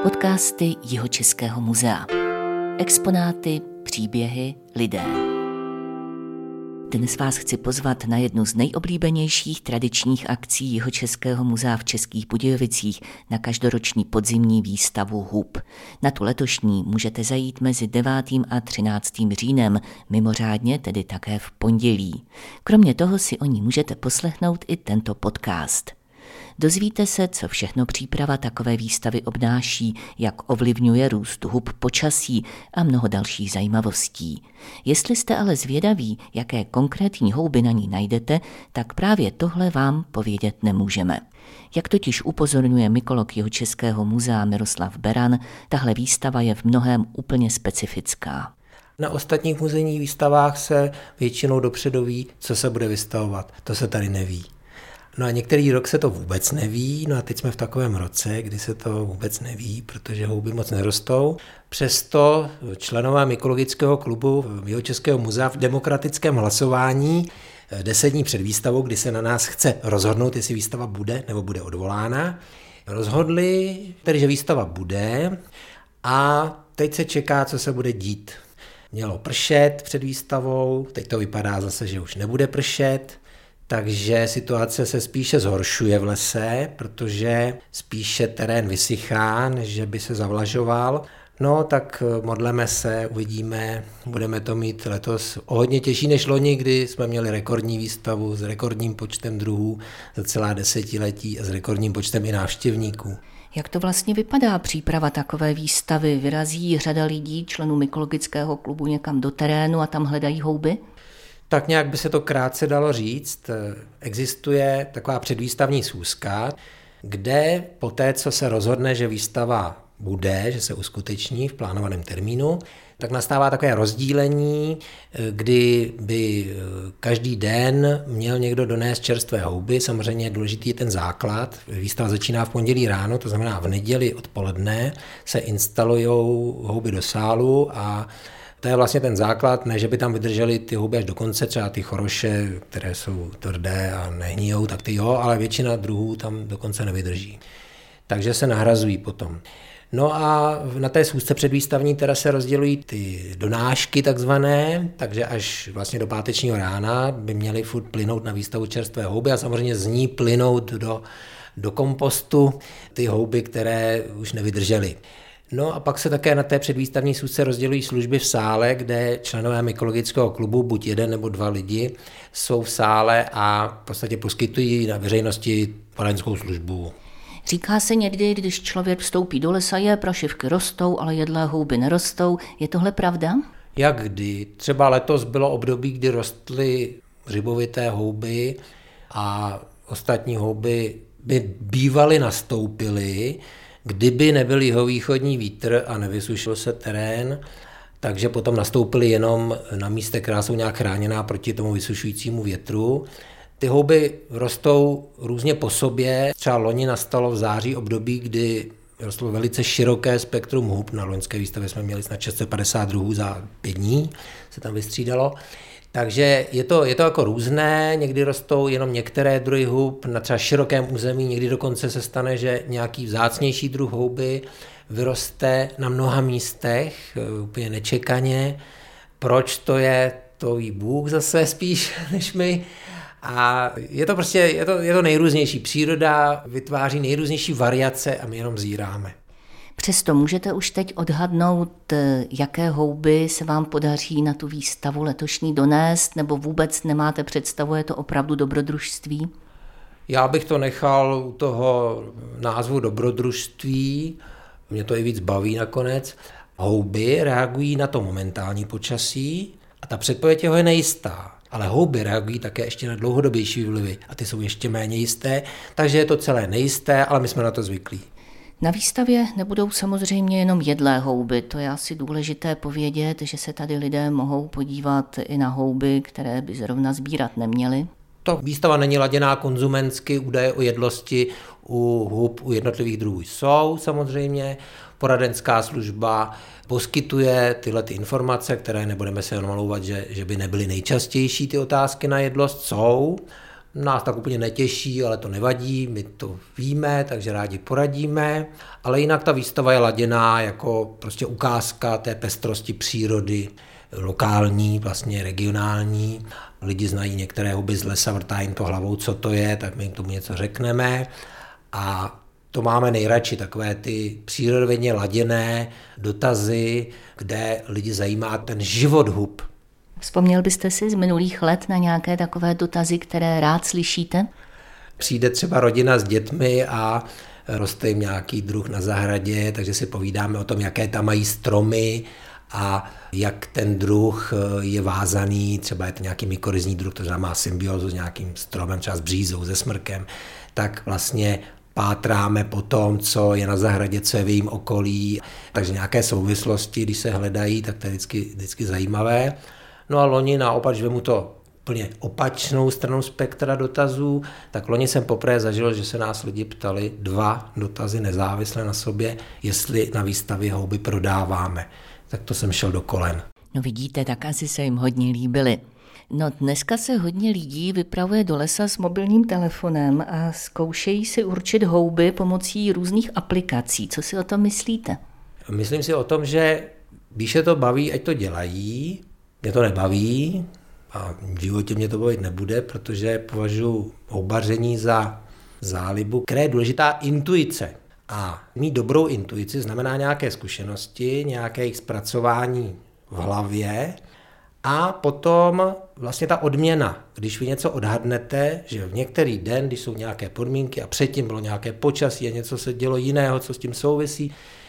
Podcasty Jihočeského muzea. Exponáty, příběhy, lidé. Dnes vás chci pozvat na jednu z nejoblíbenějších tradičních akcí Jihočeského muzea v Českých Budějovicích na každoroční podzimní výstavu hub. Na tu letošní můžete zajít mezi 9. a 13. říjnem, mimořádně tedy také v pondělí. Kromě toho si o ní můžete poslechnout i tento podcast. Dozvíte se, co všechno příprava takové výstavy obnáší, jak ovlivňuje růst hub počasí a mnoho dalších zajímavostí. Jestli jste ale zvědaví, jaké konkrétní houby na ní najdete, tak právě tohle vám povědět nemůžeme. Jak totiž upozorňuje mykolog Jihočeského muzea Miroslav Beran, tahle výstava je v mnohém úplně specifická. Na ostatních muzejních výstavách se většinou dopředu ví, co se bude vystavovat. To se tady neví. No a některý rok se to vůbec neví, no a teď jsme v takovém roce, kdy se to vůbec neví, protože houby moc nerostou. Přesto členové mykologického klubu Jihočeského muzea v demokratickém hlasování 10 dní před výstavou, kdy se na nás chce rozhodnout, jestli výstava bude nebo bude odvolána, rozhodli tedy, že výstava bude a teď se čeká, co se bude dít. Mělo pršet před výstavou, teď to vypadá zase, že už nebude pršet, takže situace se spíše zhoršuje v lese, protože spíše terén vysychá, než že by se zavlažoval. No tak modleme se, uvidíme, budeme to mít letos o hodně těžší než loni, kdy jsme měli rekordní výstavu s rekordním počtem druhů za celá desetiletí a s rekordním počtem i návštěvníků. Jak to vlastně vypadá příprava takové výstavy? Vyrazí řada lidí, členů mykologického klubu, někam do terénu a tam hledají houby? Tak nějak by se to krátce dalo říct. Existuje taková předvýstavní schůzka, kde po té, co se rozhodne, že výstava bude, že se uskuteční v plánovaném termínu, tak nastává takové rozdílení, kdy by každý den měl někdo donést čerstvé houby. Samozřejmě důležitý je ten základ. Výstava začíná v pondělí ráno, to znamená v neděli odpoledne se instalují houby do sálu a to je vlastně ten základ, ne, že by tam vydrželi ty houby až do konce, třeba ty choroše, které jsou tvrdé a nehnijou, tak ty jo, ale většina druhů tam dokonce nevydrží. Takže se nahrazují potom. No a na té schůzce předvýstavní teda se rozdělují ty donášky takzvané, takže až vlastně do pátečního rána by měly furt plynout na výstavu čerstvé houby a samozřejmě z ní plynout do kompostu ty houby, které už nevydržely. No a pak se také na té předvýstavní schůzce rozdělují služby v sále, kde členové mykologického klubu, buď jeden nebo dva lidi, jsou v sále a v podstatě poskytují na veřejnosti poradenskou službu. Říká se někdy, když člověk vstoupí do lesa, prašivky rostou, ale jedlé houby nerostou. Je tohle pravda? Jak kdy? Třeba letos bylo období, kdy rostly hřibovité houby a ostatní houby by bývaly nastoupily, kdyby nebyl jihovýchodní vítr a nevysušil se terén, takže potom nastoupili jenom na místech, která jsou nějak chráněná proti tomu vysušujícímu větru. Ty houby rostou různě po sobě. Třeba loni nastalo v září období, kdy rostlo velice široké spektrum hub. Na loňské výstavě jsme měli snad 650 druhů za 5 dní, se tam vystřídalo. Takže je to jako různé, někdy rostou jenom některé druhy hub na třeba širokém území, někdy dokonce se stane, že nějaký vzácnější druh houby vyroste na mnoha místech, úplně nečekaně. Proč to je, to ví Bůh zase spíš než my. A je to prostě, je to nejrůznější. Příroda vytváří nejrůznější variace a my jenom zíráme. Přesto můžete už teď odhadnout, jaké houby se vám podaří na tu výstavu letošní donést, nebo vůbec nemáte představu, je to opravdu dobrodružství? Já bych to nechal u toho názvu dobrodružství, mě to i víc baví nakonec. Houby reagují na to momentální počasí a ta předpověď jeho je nejistá. Ale houby reagují také ještě na dlouhodobější vlivy a ty jsou ještě méně jisté, takže je to celé nejisté, ale my jsme na to zvyklí. Na výstavě nebudou samozřejmě jenom jedlé houby, to je asi důležité povědět, že se tady lidé mohou podívat i na houby, které by zrovna sbírat neměli. To výstava není laděná konzumensky, údaje o jedlosti u hub, u jednotlivých druhů jsou samozřejmě. Poradenská služba poskytuje tyhle ty informace, které nebudeme se namlouvat, že by nebyly nejčastější ty otázky na jedlost, jsou. Nás tak úplně netěší, ale to nevadí, my to víme, takže rádi poradíme. Ale jinak ta výstava je laděná jako prostě ukázka té pestrosti přírody, lokální, vlastně regionální. Lidi znají některé houby z lesa, vrtá jim to hlavou, co to je, tak my k tomu něco řekneme. A to máme nejradši, takové ty přírodovědně laděné dotazy, kde lidi zajímá ten život hub. Vzpomněl byste si z minulých let na nějaké takové dotazy, které rád slyšíte? Přijde třeba rodina s dětmi a roste jim nějaký druh na zahradě, takže si povídáme o tom, jaké tam mají stromy a jak ten druh je vázaný, třeba je to nějaký mykorizní druh, to znamená symbiózu s nějakým stromem, třeba s břízou, se smrkem, tak vlastně pátráme po tom, co je na zahradě, co je v jejím okolí, takže nějaké souvislosti, když se hledají, tak to je vždycky zajímavé. No a loni naopak, když vemu to úplně opačnou stranu spektra dotazů, tak loni jsem poprvé zažil, že se nás lidi ptali 2 dotazy nezávisle na sobě, jestli na výstavě houby prodáváme. Tak to jsem šel do kolen. No vidíte, tak asi se jim hodně líbily. No dneska se hodně lidí vypravuje do lesa s mobilním telefonem a zkoušejí si určit houby pomocí různých aplikací. Co si o tom myslíte? Myslím si o tom, že když je to baví, ať to dělají. Mě to nebaví a v životě mě to bavit nebude, protože považuji houbaření za zálibu, která je důležitá intuice. A mít dobrou intuici znamená nějaké zkušenosti, nějaké jejich zpracování v hlavě a potom vlastně ta odměna. Když vy něco odhadnete, že v některý den, když jsou nějaké podmínky a předtím bylo nějaké počasí a něco se dělo jiného, co s tím souvisí,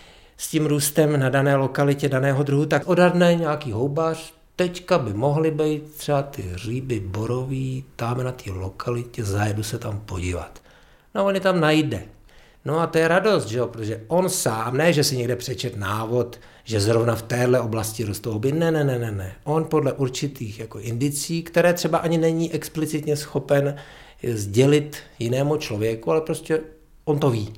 s tím růstem na dané lokalitě daného druhu, tak odhadne nějaký houbař, teďka by mohly být třeba ty hříby borový, tam na té lokalitě, zajedu se tam podívat. No on je tam najde. No a to je radost, že jo, protože on sám, ne, že si někde přečet návod, že zrovna v téhle oblasti rostou houby, ne. On podle určitých jako indicí, které třeba ani není explicitně schopen sdělit jinému člověku, ale prostě on to ví.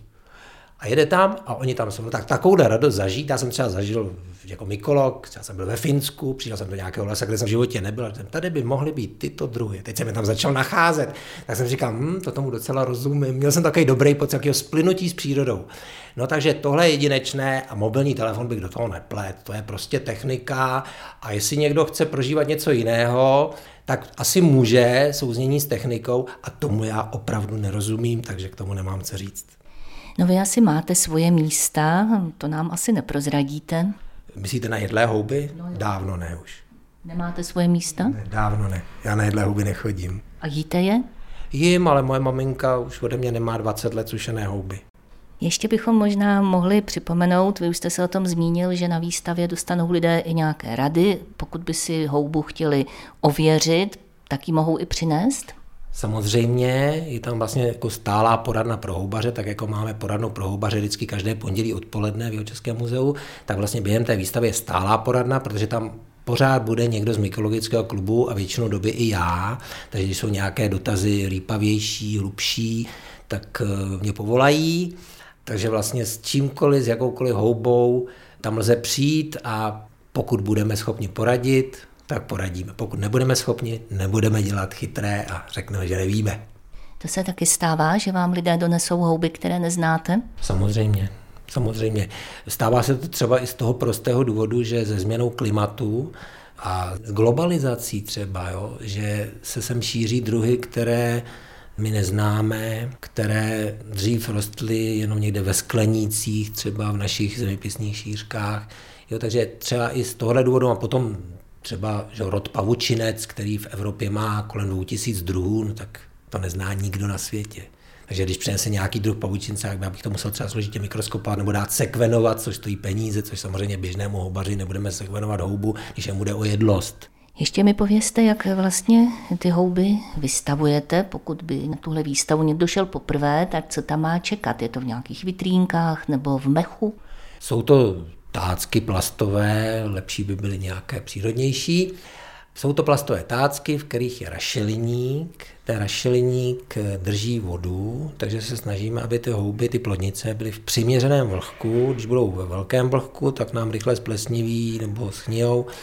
A jede tam a oni tam jsou. No tak takovouhle radost zažít. Já jsem třeba zažil jako mykolog, třeba jsem byl ve Finsku, přišel jsem do nějakého lesa, kde jsem v životě nebyl. Tady by mohly být tyto druhy. Teď jsem je tam začal nacházet. Tak jsem říkal, to tomu docela rozumím. Měl jsem takový dobrý pocit takového splynutí s přírodou. No takže tohle je jedinečné a mobilní telefon bych do toho neplet. To je prostě technika a jestli někdo chce prožívat něco jiného, tak asi může souznění s technikou a tomu já opravdu nerozumím, takže k tomu nemám co říct. No vy asi máte svoje místa, to nám asi neprozradíte. Myslíte na jedlé houby? No, dávno ne už. Nemáte svoje místa? Ne, dávno ne. Já na jedlé houby nechodím. A jíte je? Jím, ale moje maminka už ode mě nemá 20 let sušené houby. Ještě bychom možná mohli připomenout, vy už jste se o tom zmínil, že na výstavě dostanou lidé i nějaké rady. Pokud by si houbu chtěli ověřit, tak ji mohou i přinést? Samozřejmě je tam vlastně jako stálá poradna pro houbaře, tak jako máme poradnu pro houbaře vždycky každé pondělí odpoledne v Jihočeském muzeu, tak vlastně během té výstavy je stálá poradna, protože tam pořád bude někdo z mykologického klubu a většinou doby i já, takže když jsou nějaké dotazy rýpavější, hlubší, tak mě povolají, takže vlastně s čímkoliv, s jakoukoliv houbou tam lze přijít a pokud budeme schopni poradit, tak poradíme. Pokud nebudeme schopni, nebudeme dělat chytré a řekneme, že nevíme. To se taky stává, že vám lidé donesou houby, které neznáte? Samozřejmě. Stává se to třeba i z toho prostého důvodu, že se změnou klimatu a s globalizací třeba, že se sem šíří druhy, které my neznáme, které dřív rostly jenom někde ve sklenících, třeba v našich zeměpisných šířkách. Takže třeba i z tohohle důvodu a potom třeba že rod pavučinec, který v Evropě má kolem 2000 druhů, no tak to nezná nikdo na světě. Takže když přinese nějaký druh pavučince, tak já bych to musel třeba složitě mikroskopovat nebo dát sekvenovat, což stojí peníze, což samozřejmě běžnému houbaři nebudeme sekvenovat houbu, když jemu jde o jedlost. Ještě mi povězte, jak vlastně ty houby vystavujete, pokud by na tuhle výstavu někdo šel poprvé, tak co tam má čekat? Je to v nějakých vitrínkách nebo v mechu? Jsou to tácky plastové, lepší by byly nějaké přírodnější. Jsou to plastové tácky, v kterých je rašeliník. Ten rašeliník drží vodu, takže se snažíme, aby ty houby, ty plodnice byly v přiměřeném vlhku. Když budou ve velkém vlhku, tak nám rychle splesniví nebo schnijou.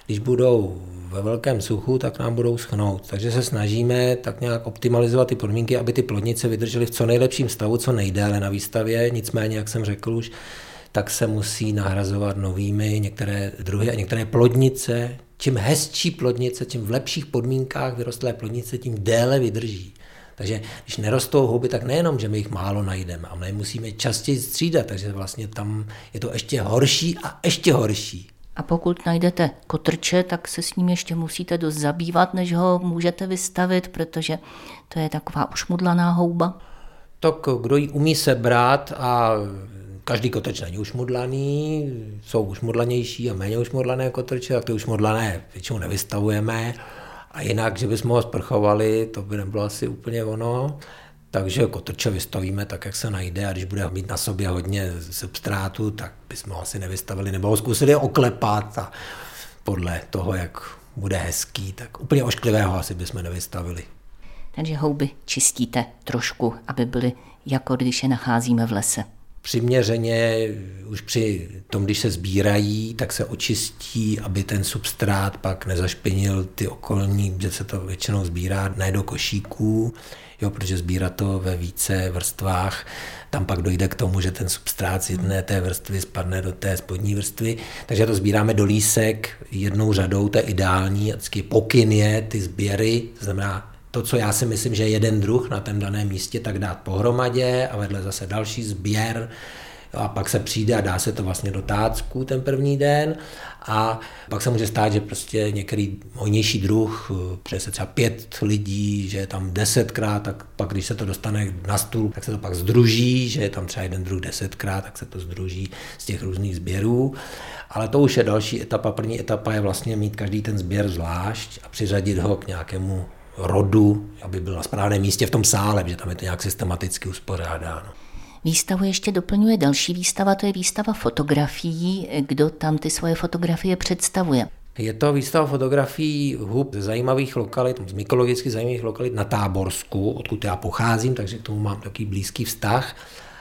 když budou ve velkém suchu, tak nám budou schnout. Takže se snažíme tak nějak optimalizovat ty podmínky, aby ty plodnice vydržely v co nejlepším stavu, co nejdéle na výstavě. Nicméně, jak jsem řekl už, tak se musí nahrazovat novými některé druhy a některé plodnice. Čím hezčí plodnice, tím v lepších podmínkách vyrostlé plodnice, tím déle vydrží. Takže když nerostou houby, tak nejenom, že my jich málo najdeme, ale my musíme častěji střídat, takže vlastně tam je to ještě horší a ještě horší. A pokud najdete kotrče, tak se s ním ještě musíte dost zabývat, než ho můžete vystavit, protože to je taková ušmudlaná houba. Tak kdo ji umí sebrat a každý kotrč není ušmudlaný, jsou ušmudlanější a méně ušmudlané kotrče, tak ty ušmudlané většinou nevystavujeme. A jinak, že bychom ho sprchovali, to by nebylo asi úplně ono. Takže kotrče vystavíme tak, jak se najde, a když bude mít na sobě hodně substrátu, tak bychom ho asi nevystavili, nebo ho zkusili oklepat a podle toho, jak bude hezký, tak úplně ošklivého asi bychom nevystavili. Takže houby čistíte trošku, aby byly jako když je nacházíme v lese. Přiměřeně už při tom, když se sbírají, tak se očistí, aby ten substrát pak nezašpinil ty okolní, že se to většinou sbírá ne do košíků, jo, protože sbírat to ve více vrstvách, tam pak dojde k tomu, že ten substrát z jedné té vrstvy spadne do té spodní vrstvy, takže to sbíráme do lísek jednou řadou, to je ideální, vždycky pokyn je ty sběry, to znamená to, co já si myslím, že je jeden druh na tom daném místě, tak dát pohromadě a vedle zase další sběr a pak se přijde a dá se to vlastně do tácku ten první den a pak se může stát, že prostě některý hojnější druh, že se třeba 5 lidí, že je tam 10krát, tak pak když se to dostane na stůl, tak se to pak združí, že je tam třeba jeden druh 10krát, tak se to združí z těch různých sběrů. Ale to už je další etapa. První etapa je vlastně mít každý ten sběr zvlášť a přiřadit ho k nějakému rodu, aby byl na správném místě v tom sále, protože tam je to nějak systematicky uspořádáno. Výstavu ještě doplňuje další výstava, to je výstava fotografií. Kdo tam ty svoje fotografie představuje? Je to výstava fotografií hub ze zajímavých lokalit, z mykologicky zajímavých lokalit na Táborsku, odkud já pocházím, takže k tomu mám takový blízký vztah.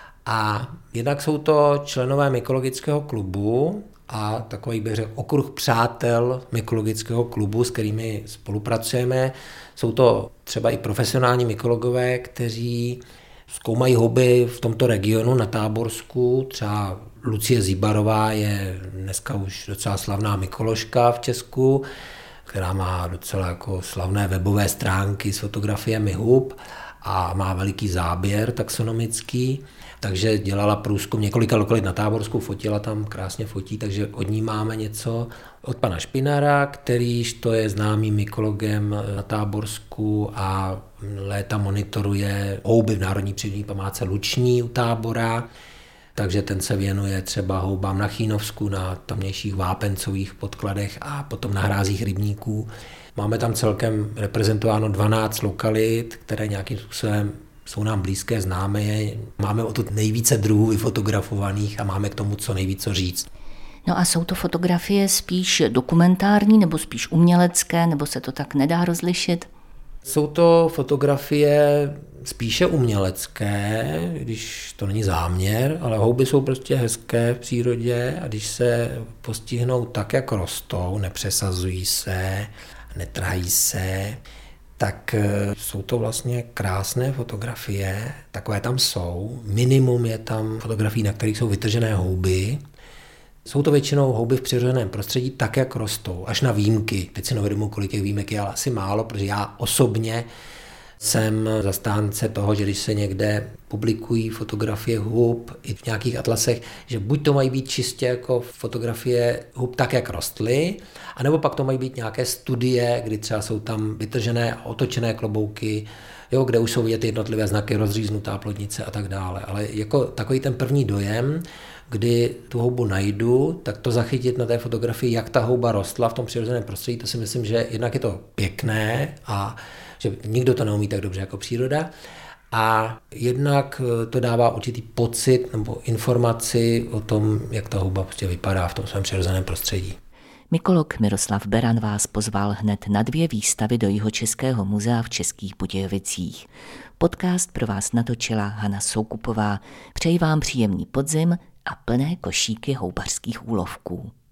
A jednak jsou to členové mykologického klubu a takový, bych řekl, okruh přátel mykologického klubu, s kterými spolupracujeme. Jsou to třeba i profesionální mykologové, kteří zkoumají houby v tomto regionu na Táborsku. Třeba Lucie Zíbarová je dneska už docela slavná mykoložka v Česku, která má docela jako slavné webové stránky s fotografiemi hub a má veliký záběr taxonomický. Takže dělala průzkum několika lokalit na Táborsku, fotila tam, krásně fotí, takže od ní máme něco. Od pana Špinara, kterýž to je známým mykologem na Táborsku a léta monitoruje houby v Národní přírodní památce Luční u Tábora, takže ten se věnuje třeba houbám na Chýnovsku, na tamnějších vápencových podkladech a potom na hrázích rybníků. Máme tam celkem reprezentováno 12 lokalit, které nějakým způsobem jsou nám blízké, známe je. Máme o to nejvíce druhů vyfotografovaných a máme k tomu co nejvíce říct. No a jsou to fotografie spíš dokumentární nebo spíš umělecké, nebo se to tak nedá rozlišit? Jsou to fotografie spíše umělecké, když to není záměr, ale houby jsou prostě hezké v přírodě a když se postihnou tak, jak rostou, nepřesazují se, netrhají se, tak jsou to vlastně krásné fotografie, takové tam jsou. Minimum je tam fotografií, na kterých jsou vytržené houby. Jsou to většinou houby v přirozeném prostředí, tak jak rostou, až na výjimky. Teď si nevědomu, kolik těch výjimek je, ale asi málo, protože já osobně jsem zastánce toho, že když se někde publikují fotografie hub i v nějakých atlasech, že buď to mají být čistě jako fotografie hub tak, jak rostly, anebo pak to mají být nějaké studie, kdy třeba jsou tam vytržené a otočené klobouky, jo, kde už jsou vidět jednotlivé znaky, rozříznutá plodnice a tak dále. Ale jako takový ten první dojem, kdy tu houbu najdu, tak to zachytit na té fotografii, jak ta houba rostla v tom přirozeném prostředí, to si myslím, že jednak je to pěkné a že nikdo to neumí tak dobře jako příroda. A jednak to dává určitý pocit nebo informaci o tom, jak ta houba prostě vypadá v tom svém přirozeném prostředí. Mykolog Miroslav Beran vás pozval hned na 2 výstavy do Jihočeského muzea v Českých Budějovicích. Podcast pro vás natočila Hana Soukupová. Přeji vám příjemný podzim a plné košíky houbařských úlovků.